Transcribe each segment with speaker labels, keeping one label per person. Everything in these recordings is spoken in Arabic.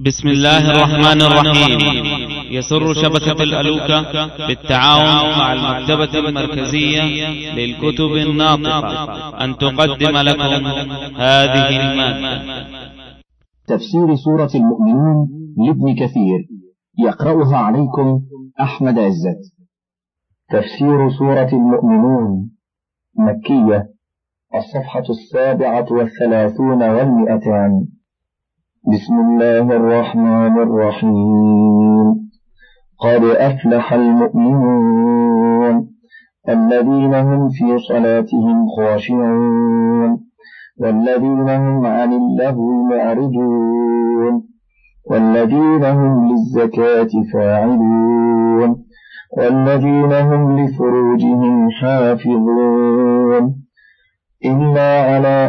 Speaker 1: بسم الله الرحمن الرحيم. يسر شبكة الألوكة بالتعاون مع المكتبة المركزية للكتب الناطقة أن تقدم لكم هذه المادة.
Speaker 2: تفسير سورة المؤمنون لابن كثير، يقرأها عليكم أحمد عزت. تفسير سورة المؤمنون مكية، الصفحة 37 و200. بسم الله الرحمن الرحيم. قد أفلح المؤمنون الذين هم في صلاتهم خاشعون والذين هم عن اللغو معرضون والذين هم للزكاة فاعلون والذين هم لفروجهم حافظون إلا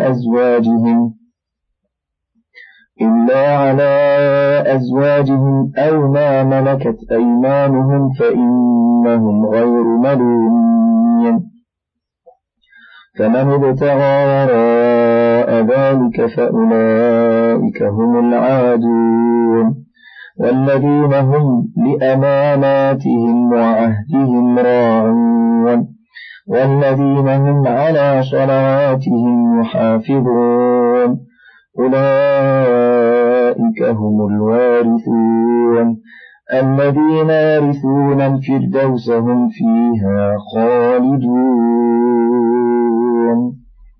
Speaker 2: على أزواجهم أو ما ملكت أيمانهم فإنهم غير ملومين، فمن ابتغى وراء ذلك فأولئك هم العادون والذين هم لأماناتهم وعهدهم راعون والذين هم على صلواتهم يحافظون أولئك هم الوارثون الذين يرثون الفردوس هم فيها خالدون.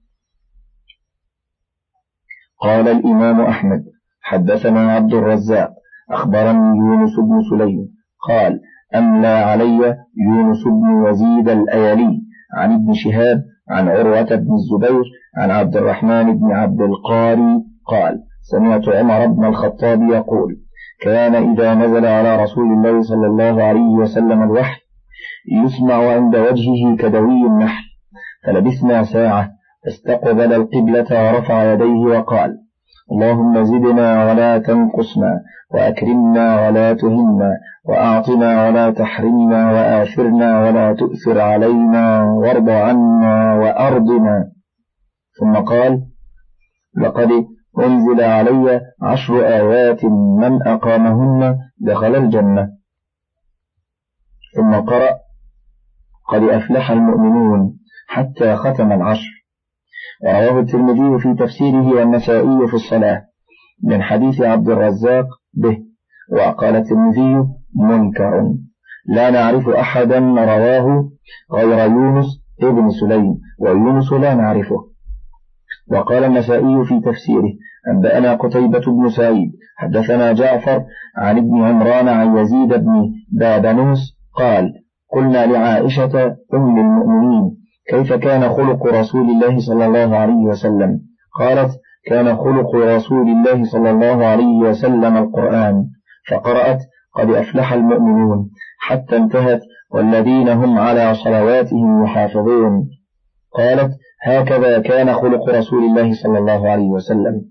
Speaker 2: قال الإمام أحمد حدثنا عبد الرزاق أخبرني يونس بن سليم قال أملى علي يونس بن يزيد الأيلي عن ابن شهاب عن عروة بن الزبير عن عبد الرحمن بن عبد القاري قال سمعت عمر بن الخطاب يقول كان إذا نزل على رسول الله صلى الله عليه وسلم الوحي يسمع عند وجهه كدوي النحل، فلبثنا ساعة فاستقبل القبلة ورفع يديه وقال اللهم زدنا ولا تنقصنا وأكرمنا ولا تهنا وأعطنا ولا تحرمنا وآثرنا ولا تؤثر علينا وارض عنا وأرضنا. ثم قال لقد أنزل علي 10 آيات من أقامهن دخل الجنة. ثم قرأ قد أفلح المؤمنون حتى ختم 10. ورواه الترمذي في تفسيره والنسائي في الصلاة من حديث عبد الرزاق به، وقال الترمذي منكر لا نعرف أحدا رواه غير يونس ابن سليم، ويونس لا نعرفه. وقال النسائي في تفسيره أنبأنا قتيبة بن سعيد حدثنا جعفر عن ابن عمران عن يزيد بن بابنوس قال قلنا لعائشة أم المؤمنين كيف كان خلق رسول الله صلى الله عليه وسلم؟ قالت كان خلق رسول الله صلى الله عليه وسلم القرآن، فقرأت قد أفلح المؤمنون حتى انتهت والذين هم على صلواتهم يحافظون. قالت هكذا كان خلق رسول الله صلى الله عليه وسلم.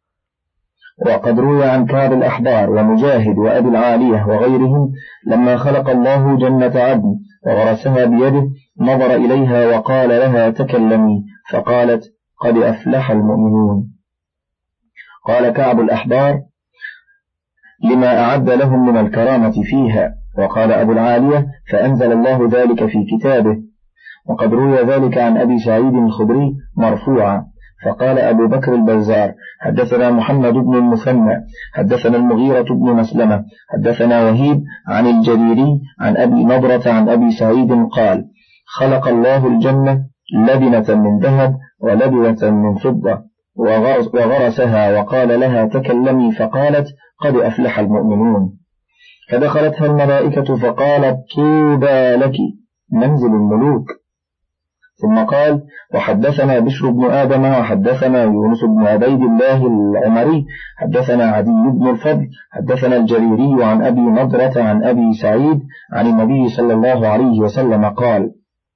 Speaker 2: وقد روي عن كعب الأحبار ومجاهد وأبي العالية وغيرهم لما خلق الله جنة عدن وغرسها بيده نظر إليها وقال لها تكلمي، فقالت قد أفلح المؤمنون. قال كعب الأحبار لما أعد لهم من الكرامة فيها. وقال أبو العالية فأنزل الله ذلك في كتابه. وقد روي ذلك عن أبي سعيد الخدري مرفوعا. فقال أبو بكر البزار حدثنا محمد بن المثنى حدثنا المغيرة بن مسلمة حدثنا وهيب عن الجريري عن أبي نضرة عن أبي سعيد قال خلق الله الجنة لبنة من ذهب ولبنة من فضة وغرسها وقال لها تكلمي، فقالت قد أفلح المؤمنون. فدخلتها الملائكة فقالت طوبى لك منزل الملوك. ثم قال وحدثنا بشر بن آدم وحدثنا يونس بن عبيد الله العمري حدثنا عدي بن الفضل حدثنا الجريري عن أبي نضرة عن أبي سعيد عن النبي صلى الله عليه وسلم قال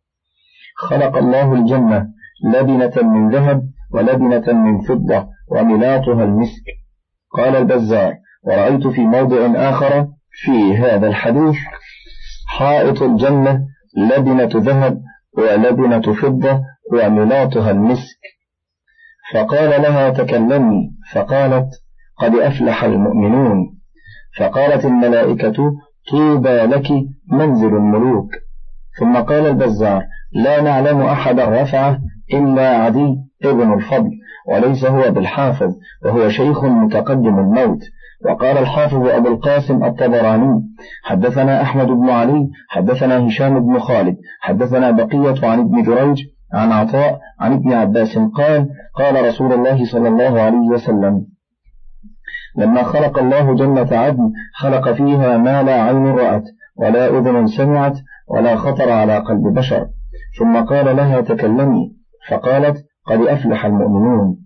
Speaker 2: خلق الله الجنة لبنة من ذهب ولبنة من فضة وملاطها المسك. قال البزار ورأيت في موضع آخر في هذا الحديث حائط الجنة لبنة ذهب ولبنة فضة وملاطها المسك. فقال لها تكلمي، فقالت قد أفلح المؤمنون. فقالت الملائكة طوبى لك منزل الملوك. ثم قال البزار لا نعلم أحدا رفعه إلا عدي ابن الفضل، وليس هو بالحافظ، وهو شيخ متقدم الموت. وقال الحافظ أبو القاسم الطبراني حدثنا أحمد بن علي حدثنا هشام بن خالد حدثنا بقية عن ابن جريج عن عطاء عن ابن عباس قال قال رسول الله صلى الله عليه وسلم لما خلق الله جنة عدن خلق فيها ما لا عين رأت ولا أذن سمعت ولا خطر على قلب بشر، ثم قال لها تكلمي، فقالت قد أفلح المؤمنون.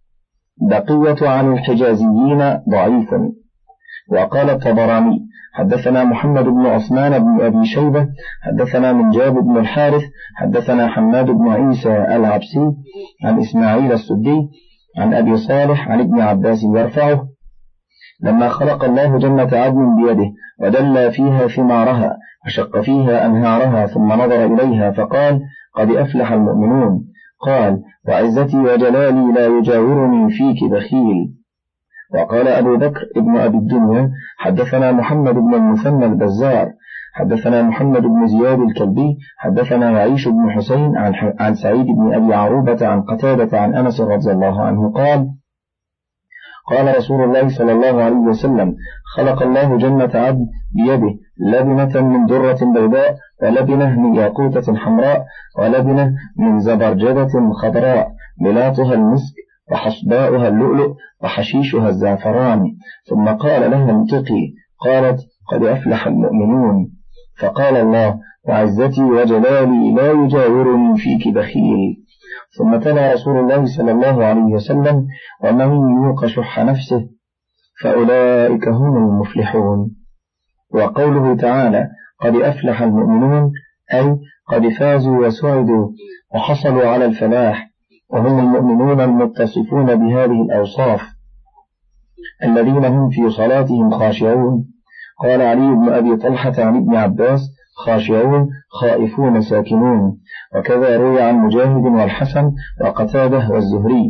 Speaker 2: بقية عن الحجازيين ضعيف. وقال الطبراني حدثنا محمد بن عثمان بن أبي شيبة حدثنا من جاب بن الحارث حدثنا حماد بن عيسى العبسي عن إسماعيل السدي عن أبي صالح عن ابن عباس يرفعه لما خلق الله جنة عدن بيده ودل فيها ثمارها وشق فيها أنهارها ثم نظر إليها فقال قد أفلح المؤمنون. قال وعزتي وجلالي لا يجاورني فيك بخيل. وقال أبو بكر ابن أبي الدنيا حدثنا محمد بن المثنى البزار حدثنا محمد بن زياد الكلبي حدثنا يعيش بن حسين عن سعيد بن أبي عروبة عن قتادة عن أنس رضي الله عنه قال قال رسول الله صلى الله عليه وسلم خلق الله جنة عدن بيده لبنة من درة بيضاء ولبنة من ياقوتة حمراء ولبنة من زبرجدة خضراء ملاطها المسك وحصباؤها اللؤلؤ وحشيشها الزعفران، ثم قال لها انطقي، قالت قد أفلح المؤمنون. فقال الله وعزتي وجلالي لا يجاورني فيك بخيل. ثم تلا رسول الله صلى الله عليه وسلم ومن يوق شح نفسه فأولئك هم المفلحون. وقوله تعالى قد أفلح المؤمنون أي قد فازوا وسعدوا وحصلوا على الفلاح، وهم المؤمنون المتصفون بهذه الأوصاف الذين هم في صلاتهم خاشعون. قال علي بن أبي طلحة عن ابن عباس خاشعون خائفون ساكنون. وكذا روي عن مجاهد والحسن وقتاده والزهري.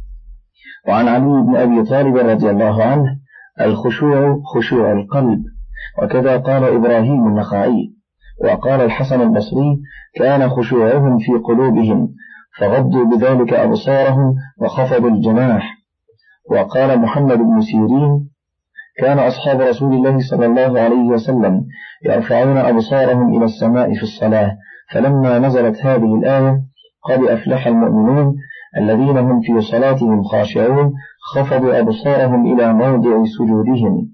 Speaker 2: وعن علي بن أبي طالب رضي الله عنه الخشوع خشوع القلب. وكذا قال إبراهيم النخعي. وقال الحسن البصري كان خشوعهم في قلوبهم فغضوا بذلك أبصارهم وخفضوا الجناح. وقال محمد بن سيرين كان أصحاب رسول الله صلى الله عليه وسلم يرفعون أبصارهم إلى السماء في الصلاة، فلما نزلت هذه الآية قد أفلح المؤمنون الذين هم في صلاتهم خاشعون خفضوا أبصارهم إلى موضع سجودهم.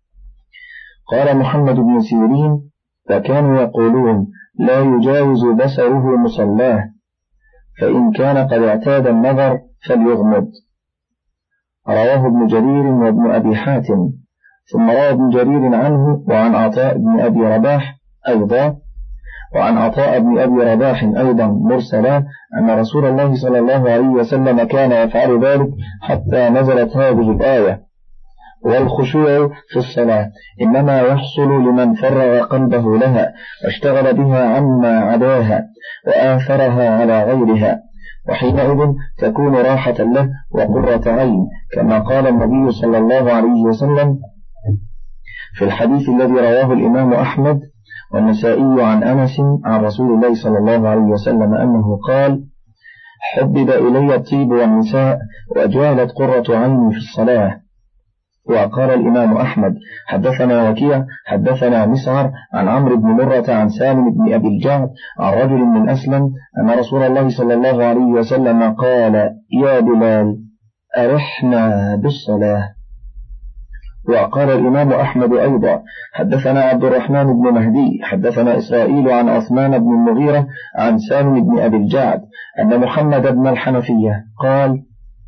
Speaker 2: قال محمد بن سيرين فكانوا يقولون لا يجاوز بصره مصلاه، فإن كان قد اعتاد النظر فليغمض. رواه ابن جرير وابن أبي حاتم. ثم روى ابن جرير عنه وعن عطاء بن أبي رباح أيضا وعن عطاء بن أبي رباح أيضا مرسلا أن رسول الله صلى الله عليه وسلم كان يفعل ذلك حتى نزلت هذه الآية. والخشوع في الصلاة إنما يحصل لمن فرغ قلبه لها واشتغل بها عما عداها وآثرها على غيرها، وحينئذ تكون راحة له وقرة عين، كما قال النبي صلى الله عليه وسلم في الحديث الذي رواه الإمام أحمد والنسائي عن أنس عن رسول الله صلى الله عليه وسلم أنه قال حبب إلي الطيب والنساء وجعلت قرة عيني في الصلاة. وقال الإمام أحمد حدثنا وكيع حدثنا مسعر عن عمرو بن مرة عن سالم بن أبي الجعد عن رجل من أسلم أن رسول الله صلى الله عليه وسلم قال يا بلال أرحنا بالصلاة. وقال الإمام أحمد أيضا حدثنا عبد الرحمن بن مهدي حدثنا إسرائيل عن عثمان بن المغيرة عن سالم بن أبي الجعد أن محمد بن الحنفية قال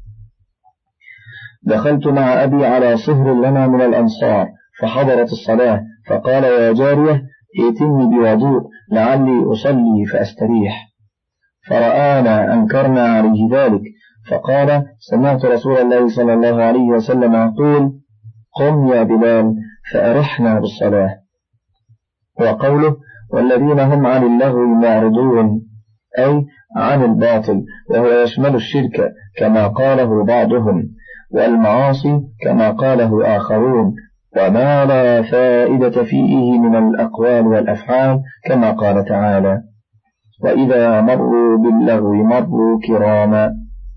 Speaker 2: دخلت مع أبي على صهر لنا من الأنصار فحضرت الصلاة فقال يا جارية ائتني بوضوء لعلي أصلي فأستريح، فرآنا أنكرنا عليه ذلك فقال سمعت رسول الله صلى الله عليه وسلم يقول قم يا بلال فأرحنا بالصلاة. وقوله والذين هم عن اللغو معرضون أي عن الباطل، وهو يشمل الشرك كما قاله بعضهم. والمعاصي كما قاله آخرون، وما لا فائدة فيه من الأقوال والأفعال كما قال تعالى: وإذا مروا باللغو مروا كراما.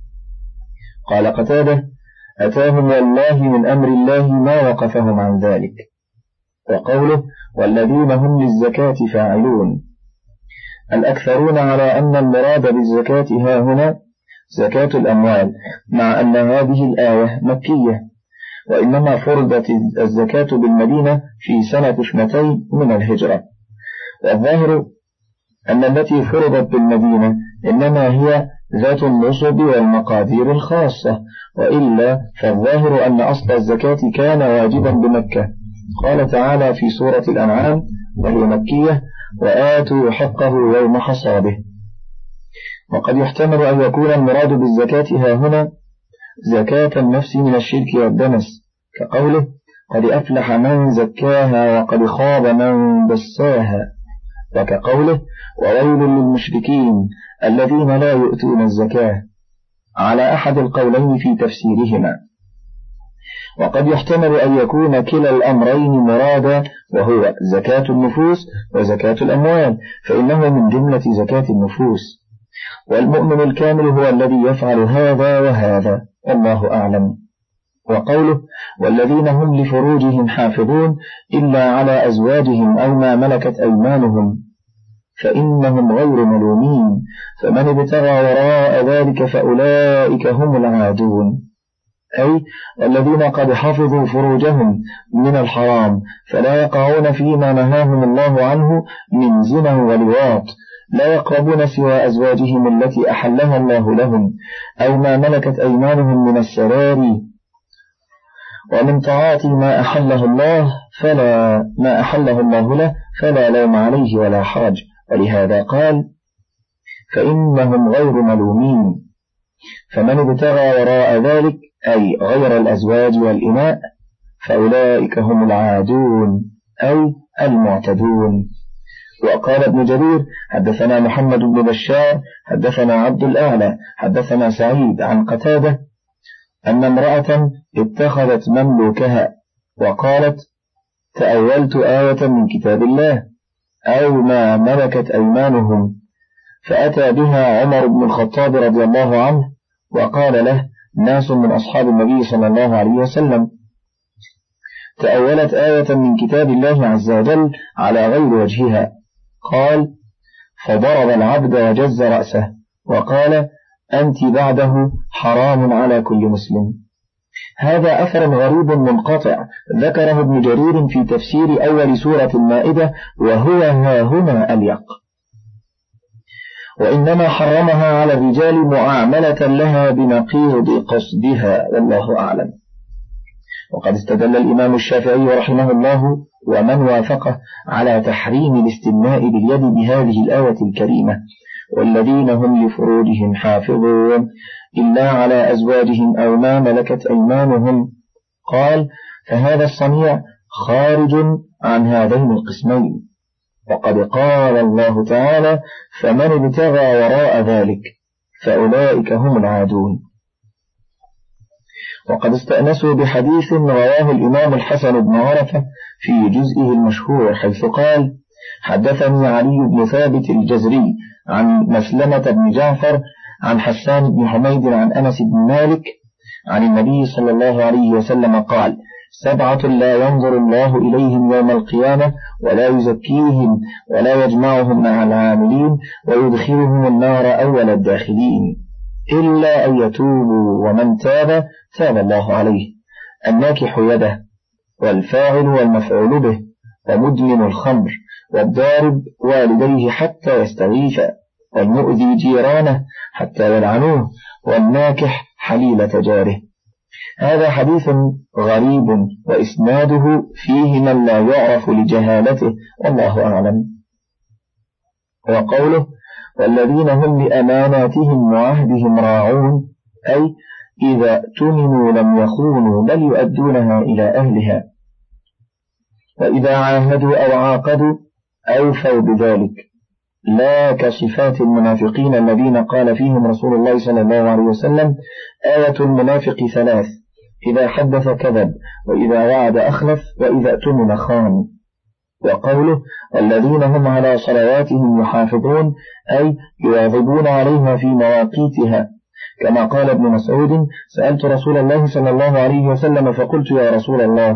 Speaker 2: قال قتادة: أتاهم والله من أمر الله ما وقفهم عن ذلك. وقوله: والذين هم للزكاة فاعلون، الأكثرون على أن المراد بالزكاة ها هنا زكاة الأموال، مع أن هذه الآية مكية، وإنما فرضت الزكاة بالمدينة في سنة 2 من الهجرة. والظاهر أن التي فرضت بالمدينة إنما هي ذات النصب والمقادير الخاصة، وإلا فالظاهر أن أصل الزكاة كان واجبا بمكة. قال تعالى في سورة الأنعام وهي مكية: وآتوا حقه يوم حصاده. وقد يحتمل أن يكون المراد بالزكاة ها هنا زكاة النفس من الشرك والدنس، كقوله: قد أفلح من زكاها وقد خاب من دساها، وكقوله: وويل للمشركين الذين لا يؤتون الزكاة، على أحد القولين في تفسيرهما. وقد يحتمل أن يكون كلا الأمرين مرادا، وهو زكاة النفوس وزكاة الأموال، فإنه من جملة زكاة النفوس، والمؤمن الكامل هو الذي يفعل هذا وهذا، والله أعلم. وقوله: والذين هم لفروجهم حافظون إلا على أزواجهم أو ما ملكت أيمانهم فإنهم غير ملومين، فمن ابتغى وراء ذلك فأولئك هم العادون، أي الذين قد حفظوا فروجهم من الحرام فلا يقعون فيما نهاهم الله عنه من زنا ولواط، لا يقربون سوى أزواجهم التي أحلها الله لهم أو ما ملكت أيمانهم من السراري، ومن طاعات ما أحله الله له فلا لوم عليه ولا حرج. ولهذا قال: فإنهم غير ملومين. فمن ابتغى وراء ذلك أي غير الأزواج والإناء فأولئك هم العادون أي المعتدون. وقال ابن جرير: حدثنا محمد بن بشار حدثنا عبد الأعلى حدثنا سعيد عن قتادة أن امرأة اتخذت مملوكها وقالت: تأولت آية من كتاب الله أو ما ملكت أيمانهم، فأتى بها عمر بن الخطاب رضي الله عنه وقال له ناس من أصحاب النبي صلى الله عليه وسلم: تأولت آية من كتاب الله عز وجل على غير وجهها. قال: فضرب العبد وجز رأسه وقال: أنت بعده حرام على كل مسلم. هذا أثر غريب منقطع ذكره ابن جرير في تفسير أول سورة المائدة، وهو ها هنا أليق، وإنما حرمها على الرجال معاملة لها بنقيض قصدها، والله أعلم. وقد استدل الإمام الشافعي رحمه الله ومن وافقه على تحريم الاستمناء باليد بهذه الآية الكريمة: والذين هم لفروجهم حافظون إلا على أزواجهم أو ما ملكت أيمانهم. قال: فهذا الصنيع خارج عن هذين القسمين. وقد قال الله تعالى: فمن ابتغى وراء ذلك فأولئك هم العادون. وقد استأنسوا بحديث رواه الإمام الحسن بن عرفة في جزئه المشهور، حيث قال: حدثني علي بن ثابت الجزري عن مسلمة بن جعفر عن حسان بن حميد عن أنس بن مالك عن النبي صلى الله عليه وسلم قال: 7 لا ينظر الله إليهم يوم القيامة ولا يزكيهم ولا يجمعهم مع العاملين ويدخلهم النار أول الداخلين إلا أن يتوبوا، ومن تاب تاب الله عليه: الناكح يده، والفاعل والمفعول به، ومدمن الخمر، والضارب والديه حتى يستغيثا، والمؤذي جيرانه حتى يلعنوه، والناكح حليلة جاره. هذا حديث غريب وإسناده فيه من لا يعرف لجهالته، والله أعلم. وقوله: والذين هم لأماناتهم وعهدهم راعون، أي إذا اؤتمنوا لم يخونوا بل يؤدونها إلى أهلها، وإذا عاهدوا أو عاقدوا أوفوا بذلك، لا كصفات المنافقين الذين قال فيهم رسول الله صلى الله عليه وسلم: آية المنافق 3: إذا حدث كذب، وإذا وعد أخلف، وإذا اؤتمن خان. وقوله الذين هم على صلواتهم يحافظون أي يواظبون عليها في مواقيتها، كما قال ابن مسعود: سألت رسول الله صلى الله عليه وسلم فقلت: يا رسول الله،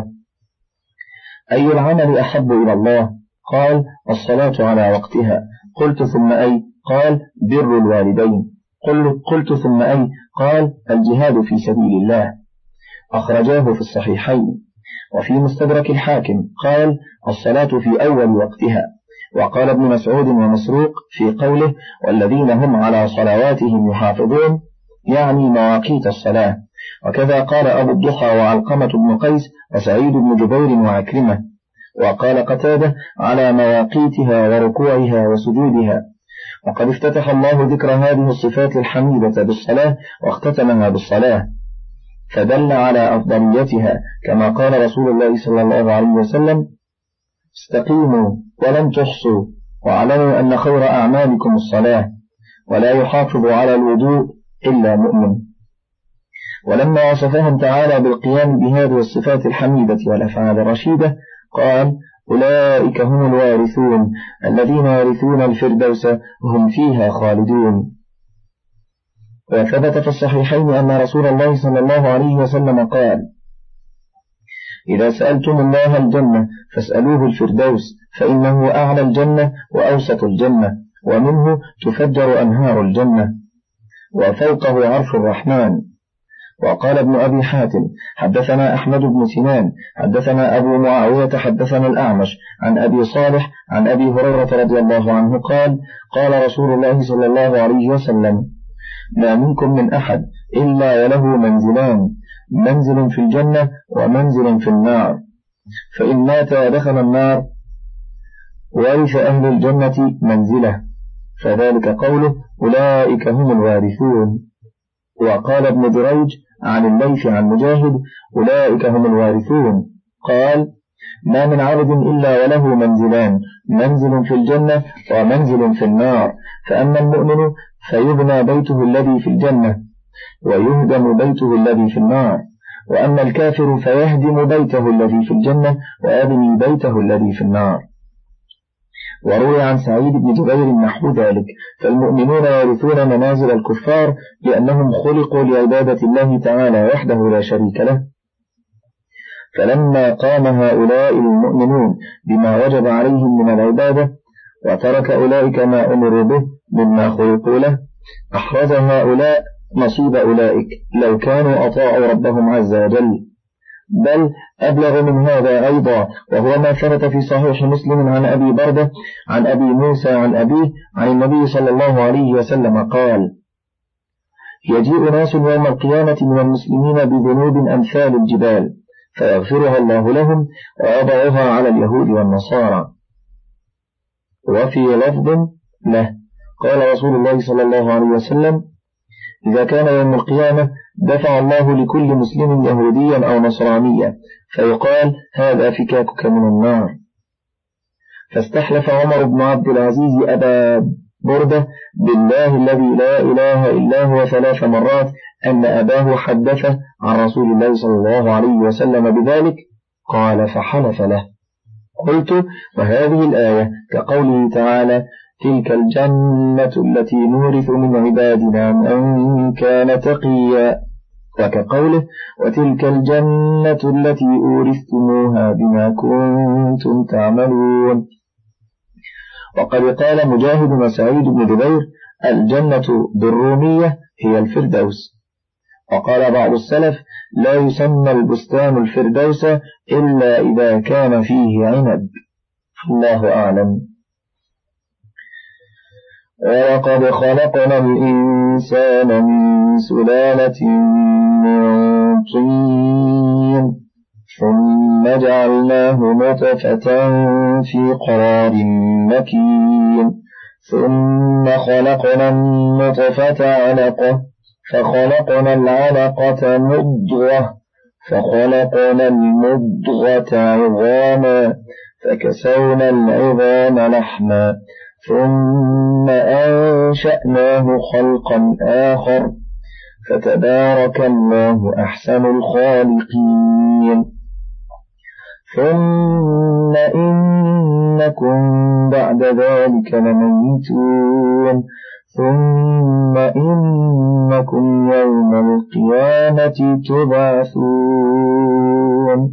Speaker 2: أي العمل أحب إلى الله؟ قال: الصلاة على وقتها. قلت: ثم أي؟ قال: بر الوالدين. قلت: ثم أي؟ قال: الجهاد في سبيل الله. أخرجاه في الصحيحين. وفي مستدرك الحاكم قال: الصلاة في أول وقتها. وقال ابن مسعود ومسروق في قوله: والذين هم على صلواتهم يحافظون، يعني مواقيت الصلاة. وكذا قال أبو الضحى وعلقمة بن قيس وسعيد بن جبير وعكرمة. وقال قتادة: على مواقيتها وركوعها وسجودها. وقد افتتح الله ذكر هذه الصفات الحميدة بالصلاة واختتمها بالصلاة، فدل على أفضليتها، كما قال رسول الله صلى الله عليه وسلم: استقيموا ولن تحصوا، واعلموا أن خير أعمالكم الصلاة، ولا يحافظ على الوضوء إلا مؤمن. ولما وصفهم تعالى بالقيام بهذه الصفات الحميدة والأفعال الرشيدة قال: أولئك هم الوارثون الذين يرثون الفردوس هم فيها خالدون. وثبت في الصحيحين أن رسول الله صلى الله عليه وسلم قال: إذا سألتم الله الجنة فاسألوه الفردوس، فإنه أعلى الجنة وأوسط الجنة، ومنه تفجر أنهار الجنة، وفوقه عرش الرحمن. وقال ابن أبي حاتم: حدثنا أحمد بن سنان حدثنا أبو معاوية حدثنا الأعمش عن أبي صالح عن أبي هريرة رضي الله عنه قال: قال رسول الله صلى الله عليه وسلم: ما منكم من أحد إلا وله منزلان، منزل في الجنة ومنزل في النار، فإن مات ودخل النار ورث أهل الجنة منزله، فذلك قوله: أولئك هم الوارثون. وقال ابن دريج عن الليث عن مجاهد: أولئك هم الوارثون. قال: ما من عبد إلا وله منزلان، منزل في الجنة ومنزل في النار، فأما المؤمن فيبنى بيته الذي في الجنة ويهدم بيته الذي في النار، وأما الكافر فيهدم بيته الذي في الجنة ويبني بيته الذي في النار. وروي عن سعيد بن جبير نحو ذلك: فالمؤمنون يرثون منازل الكفار لأنهم خلقوا لعبادة الله تعالى وحده لا شريك له. فلما قام هؤلاء المؤمنون بما وجب عليهم من العبادة وترك أولئك ما أمروا به مما خلقوا له، أحرز هؤلاء نصيب أولئك لو كانوا أطاعوا ربهم عز وجل. بل أبلغ من هذا أيضا، وهو ما ثبت في صحيح مسلم عن أبي بردة عن أبي موسى عن أبيه عن النبي صلى الله عليه وسلم قال: يجيء ناس يوم القيامة من المسلمين بذنوب أمثال الجبال، فيغفرها الله لهم ويضعها على اليهود والنصارى. وفي لفظ له قال رسول الله صلى الله عليه وسلم: إذا كان يوم القيامة دفع الله لكل مسلم يهوديا أو نصرانيا، فيقال: هذا فكاكك من النار. فاستحلف عمر بن عبد العزيز أبا بردة بالله الذي لا إله إلا هو 3 مرات أن أباه حدثه عن رسول الله صلى الله عليه وسلم بذلك، قال: فحلف له. قلت: وهذه الآية كقوله تعالى: تلك الجنة التي نورث من عبادنا من كان تقيا، وكقوله: وتلك الجنة التي أورثتموها بما كنتم تعملون. وقد قال مجاهد وسعيد بن جبير: الجنة بالرومية هي الفردوس. وقال بعض السلف: لا يسمى البستان الفردوس إلا إذا كان فيه عنب. الله أعلم. ولقد خلقنا الإنسان من سلالة من طين ثم جعلناه نطفة في قرار مكين ثم خلقنا النطفة علقة فخلقنا العلقة مضغة فخلقنا المضغة عظاما فكسونا العظام لحما ثم أنشأناه خلقا آخر فتبارك الله أحسن الخالقين. ثم إنكم بعد ذلك لميتون ثم إنكم يوم القيامة تبعثون.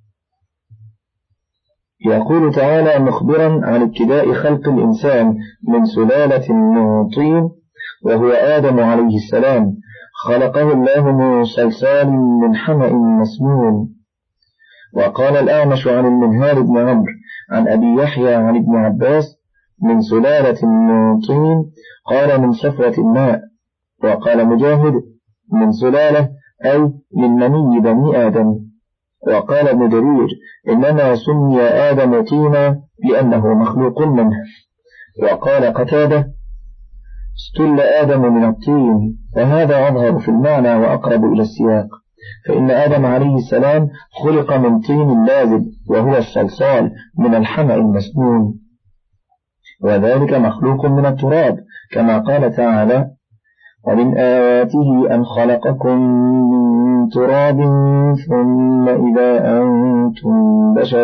Speaker 2: يقول تعالى مخبرا عن ابتداء خلق الإنسان من سلالة من طين وهو آدم عليه السلام، خلقه الله من صلصال من حمأ مسنون. وقال الأعمش عن المنهال بن عمرو عن أبي يحيى عن ابن عباس من سلالة من طين، قال من صفوة الماء. وقال مجاهد من سلالة أي من مني بني آدم. وقال ابن جرير إنما سمي آدم طينا لأنه مخلوق منه. وقال قتادة استل آدم من الطين، وهذا أظهر في المعنى وأقرب إلى السياق، فإن آدم عليه السلام خلق من طين لازب وهو الصلصال من الحمأ المسنون، وذلك مخلوق من التراب كما قال تعالى ومن آياته أن خلقكم من تراب ثم إذا أنتم بشر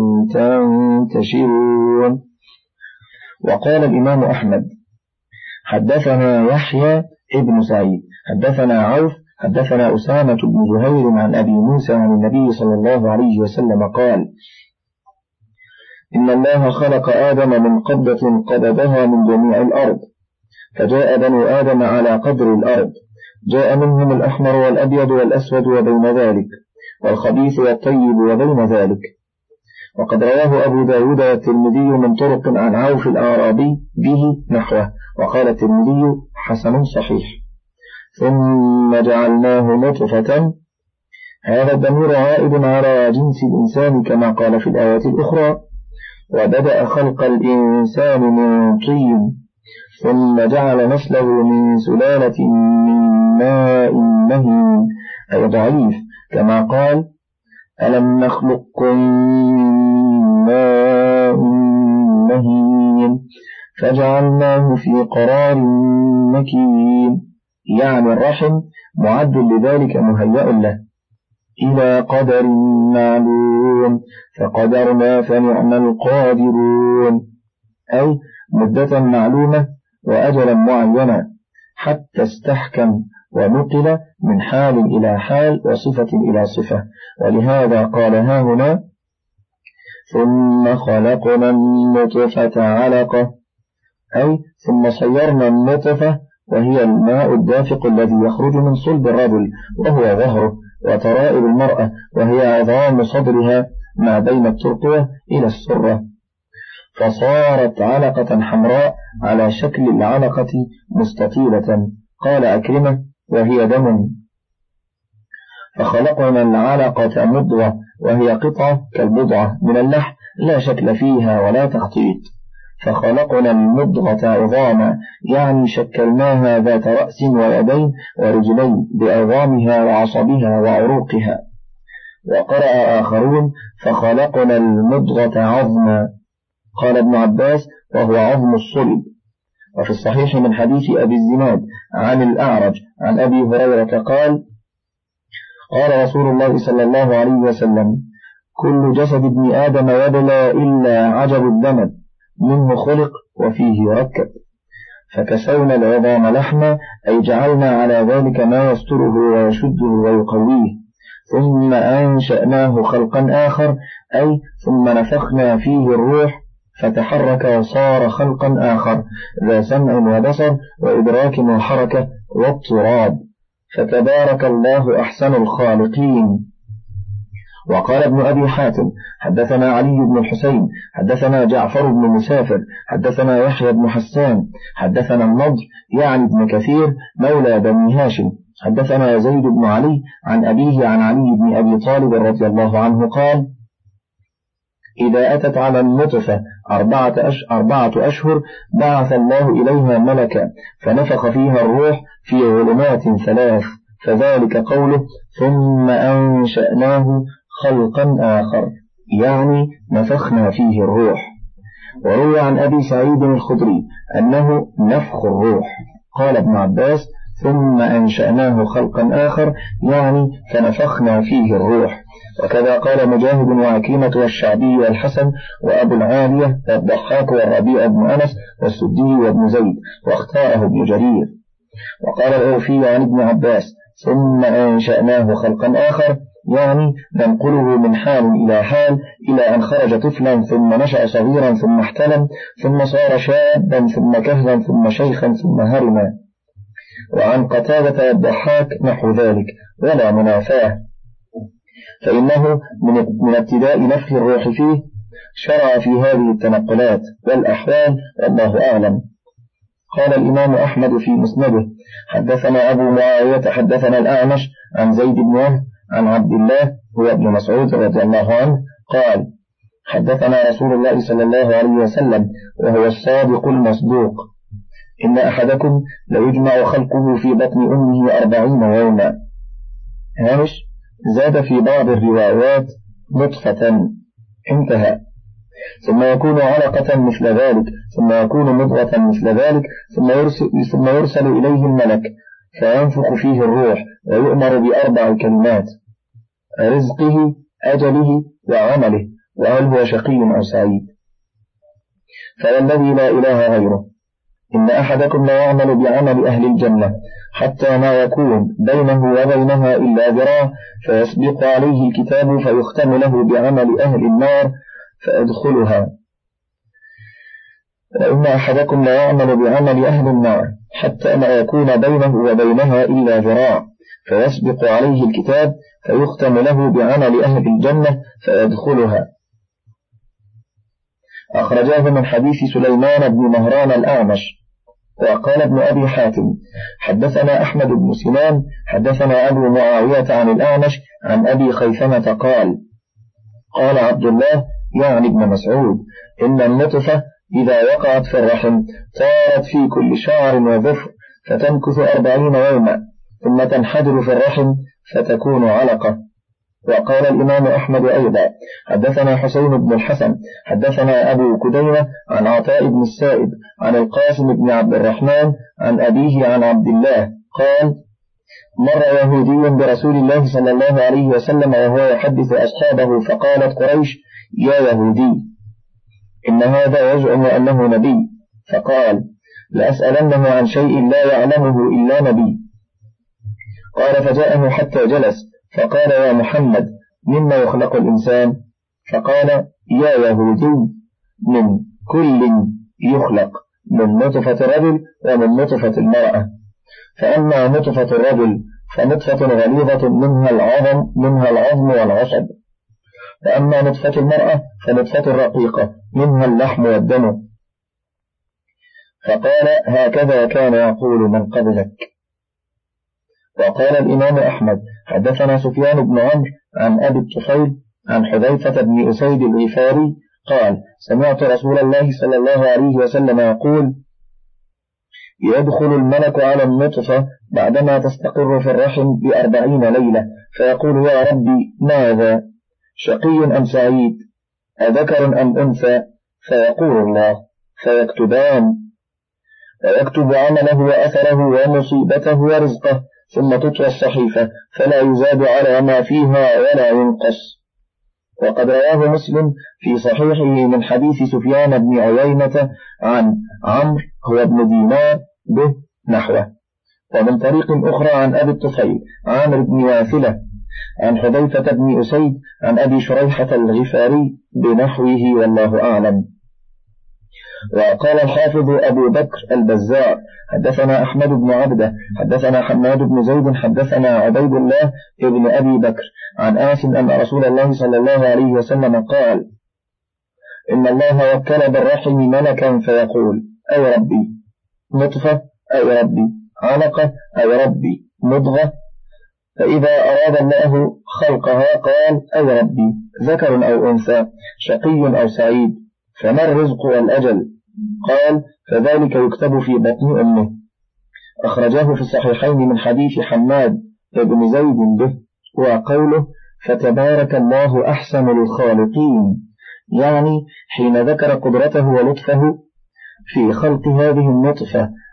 Speaker 2: تنتشرون. وقال الإمام أحمد حدثنا يحيى ابن سعيد حدثنا عوف حدثنا أسامة بن زهير عن أبي موسى عن النبي صلى الله عليه وسلم قال إن الله خلق آدم من قبضة قبضها من جميع الأرض، فجاء بنو آدم على قدر الأرض، جاء منهم الأحمر والأبيض والأسود وبين ذلك، والخبيث والطيب وبين ذلك. وقد رواه أبو داود والترمذي من طرق عن عوف الأعرابي به نحوه، وقال الترمذي حسن صحيح. ثم جعلناه نطفة، هذا الضمير عائد على جنس الإنسان كما قال في الآيات الأخرى وبدأ خلق الإنسان من طين ثم جعل نسله من سلالة من ماء مهين أي ضعيف كما قال ألم نخلقكم من ماء مهين فجعلناه في قرار مكين، يعني الرحم معد لذلك مهيأ له إلى قدر معلوم فقدرنا فنعم القادرون، أي مدة معلومة وأجلا معينا حتى استحكم ونقل من حال إلى حال وصفة إلى صفة. ولهذا قال هنا ثم خلقنا النطفة علقة، أي ثم صيرنا النطفة وهي الماء الدافق الذي يخرج من صلب الرجل وهو ظهره وترائب المرأة وهي عظام صدرها ما بين الترقوة إلى السرة، فصارت علقة حمراء على شكل العلقة مستطيلة. قال أكرمة وهي دم. فخلقنا العلقة مضغة وهي قطعة كالبضعة من اللحم لا شكل فيها ولا تخطيط، فخلقنا المضغة عظاما، يعني شكلناها ذات رأس ويدين ورجلين بعظامها وعصبها وعروقها. وقرأ آخرون فخلقنا المضغة عظما. قال ابن عباس وهو عظم الصلب. وفي الصحيح من حديث أبي الزناد عن الأعرج عن أبي هريرة قال قال رسول الله صلى الله عليه وسلم كل جسد ابن آدم يبلى إلا عجب الذنب منه خلق وفيه يركب، فكسونا العظام لحما، أي جعلنا على ذلك ما يستره ويشده ويقويه، ثم أنشأناه خلقا آخر، أي ثم نفخنا فيه الروح فتحرك وصار خلقا آخر ذا سمع وبصر وإدراك وحركة واضطراب، فتبارك الله أحسن الخالقين. وقال ابن أبي حاتم حدثنا علي بن الحسين حدثنا جعفر بن مسافر حدثنا يحيى بن حسان حدثنا النضر يعني ابن كثير مولى بني هاشم حدثنا زيد بن علي عن أبيه عن علي بن أبي طالب رضي الله عنه قال إذا أتت على النطفة 4 أشهر بعث الله إليها ملكا فنفخ فيها الروح في ظلمات 3، فذلك قوله ثم أنشأناه خلقا آخر، يعني نفخنا فيه الروح. وروي عن أبي سعيد الخدري أنه نفخ الروح. قال ابن عباس ثم أنشأناه خلقا آخر، يعني فنفخنا فيه الروح. وكذا قال مجاهد وعكيمة والشعبي والحسن وأبو العالية والضحاك والربيع بن أنس والسدي وابن زيد، واختاره ابن جرير. وقال الأوفي عن ابن عباس: ثم أنشأناه خلقا آخر، يعني ننقله من حال إلى حال إلى أن خرج طفلا ثم نشأ صغيرا ثم احتلم ثم صار شابا ثم كهلا ثم شيخا ثم هرما. وعن قتادة والضحاك نحو ذلك، ولا منافاه، فإنه من ابتداء نفخ الروح فيه شرع في هذه التنقلات والأحوال، والله أعلم. قال الإمام أحمد في مسنده: حدثنا أبو معاوية حدثنا الأعمش عن زيد بن وهب عن عبد الله هو ابن مسعود رضي الله عنه قال: حدثنا رسول الله صلى الله عليه وسلم وهو الصادق المصدوق: إن أحدكم ليجمع خلقه في بطن أمه 40 يوما. هامش: زاد في بعض الروايات نطفة. انتهى. ثم يكون علقة مثل ذلك، ثم يكون مضغة مثل ذلك، ثم يرسل إليه الملك فينفخ فيه الروح ويؤمر ب4 كلمات: رزقه، أجله، وعمله، وهل هو شقي أو سعيد. فوالذي لا إله غيره إن أحدكم لا يعمل بعمل أهل الجنة حتى ما يكون بينه وبينها إلا ذراع، فيسبق عليه الكتاب فيختم له بعمل أهل النار فيدخلها. وإن أحدكم لا يعمل بعمل أهل النار حتى ما يكون بينه وبينها إلا ذراع، فيسبق عليه الكتاب فيختم له بعمل أهل الجنة فيدخلها. أخرجاه من حديث سليمان بن مهران الأعمش. وقال ابن أبي حاتم: حدثنا أحمد بن سنان حدثنا أبو معاوية عن الأعمش عن أبي خيثمة قال: قال عبد الله يعني ابن مسعود: إن النطفة إذا وقعت في الرحم طارت في كل شعر وظفر فتمكث 40 يوما، ثم تنحدر في الرحم فتكون علقة. وقال الإمام أحمد أيضا: حدثنا حسين بن الحسن حدثنا أبو كدينة عن عطاء بن السائب عن القاسم بن عبد الرحمن عن أبيه عن عبد الله قال: مر يهودي برسول الله صلى الله عليه وسلم وهو يحدث أصحابه، فقالت قريش: يا يهودي، إن هذا يزعم أنه نبي. فقال: لأسألنه عن شيء لا يعلمه إلا نبي. قال: فجاءه حتى جلس، فقال: يا محمد، مما يخلق الإنسان؟ فقال: يا يهودي، من كل يخلق، من نطفة الرجل ومن نطفة المرأة. فأما نطفة الرجل فنطفة غليظة منها العظم والعصب، وأما نطفة المرأة فنطفة رقيقة منها اللحم والدم. فقال: هكذا كان يقول من قبلك. وقال الإمام أحمد: حدثنا سفيان بن عمرو عن أبي الطفيل عن حذيفة بن أسيد الغفاري قال: سمعت رسول الله صلى الله عليه وسلم يقول: يدخل الملك على النطفة بعدما تستقر في الرحم ب40 ليلة، فيقول: يا ربي، ماذا؟ شقي أم سعيد؟ أذكر أم أنثى؟ فيقول الله: فيكتبان، ويكتب عمله وأثره ومصيبته ورزقه، ثم تطوى الصحيفة فلا يزاد على ما فيها ولا ينقص. وقد رواه مسلم في صحيحه من حديث سفيان بن عيينة عن عمرو هو بن دينار به نحوه، ومن طريق أخرى عن أبي الطفيل عامر بن واثلة عن حذيفة بن أسيد عن أبي شريحة الغفاري بنحوه، والله أعلم. وقال الحافظ أبو بكر البزار: حدثنا أحمد بن عبده حدثنا حماد بن زيد حدثنا عبيد الله ابن أبي بكر عن آسم أن رسول الله صلى الله عليه وسلم قال: إن الله وكل بالرحم ملكا فيقول: أي ربي نطفة، أي ربي علقة، أي ربي مضغة. فإذا أراد الله خلقها قال: أي ربي ذكر أو أنثى، شقي أو سعيد، فما الرزق والأجل؟ قال: فذلك يكتب في بطن أمه. أخرجاه في الصحيحين من حديث حماد بن زيد به. وقوله: فتبارك الله أحسن الخالقين، يعني حين ذكر قدرته ولطفه في خلق هذه النطفة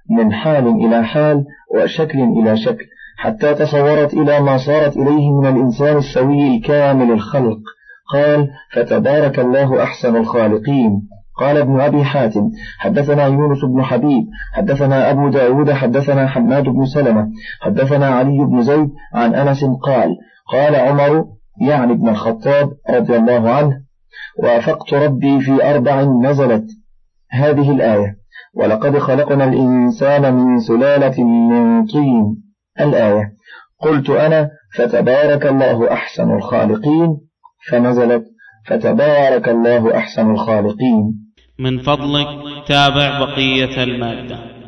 Speaker 2: من حال إلى حال وشكل إلى شكل، حتى تصورت إلى ما صارت إليه من الإنسان السوي الكامل الخلق. قال: فتبارك الله أحسن الخالقين. قال ابن أبي حاتم: حدثنا يونس بن حبيب حدثنا أبو داود حدثنا حماد بن سلمة حدثنا علي بن زيد عن أنس قال: قال عمر يعني ابن الخطاب رضي الله عنه: وافقت ربي في 4 نزلت هذه الآية: ولقد خلقنا الإنسان من سلالة من طين، الآية. قلت أنا: فتبارك الله أحسن الخالقين، فنزلت: فتبارك الله أحسن الخالقين.
Speaker 1: من فضلك تابع بقية المادة.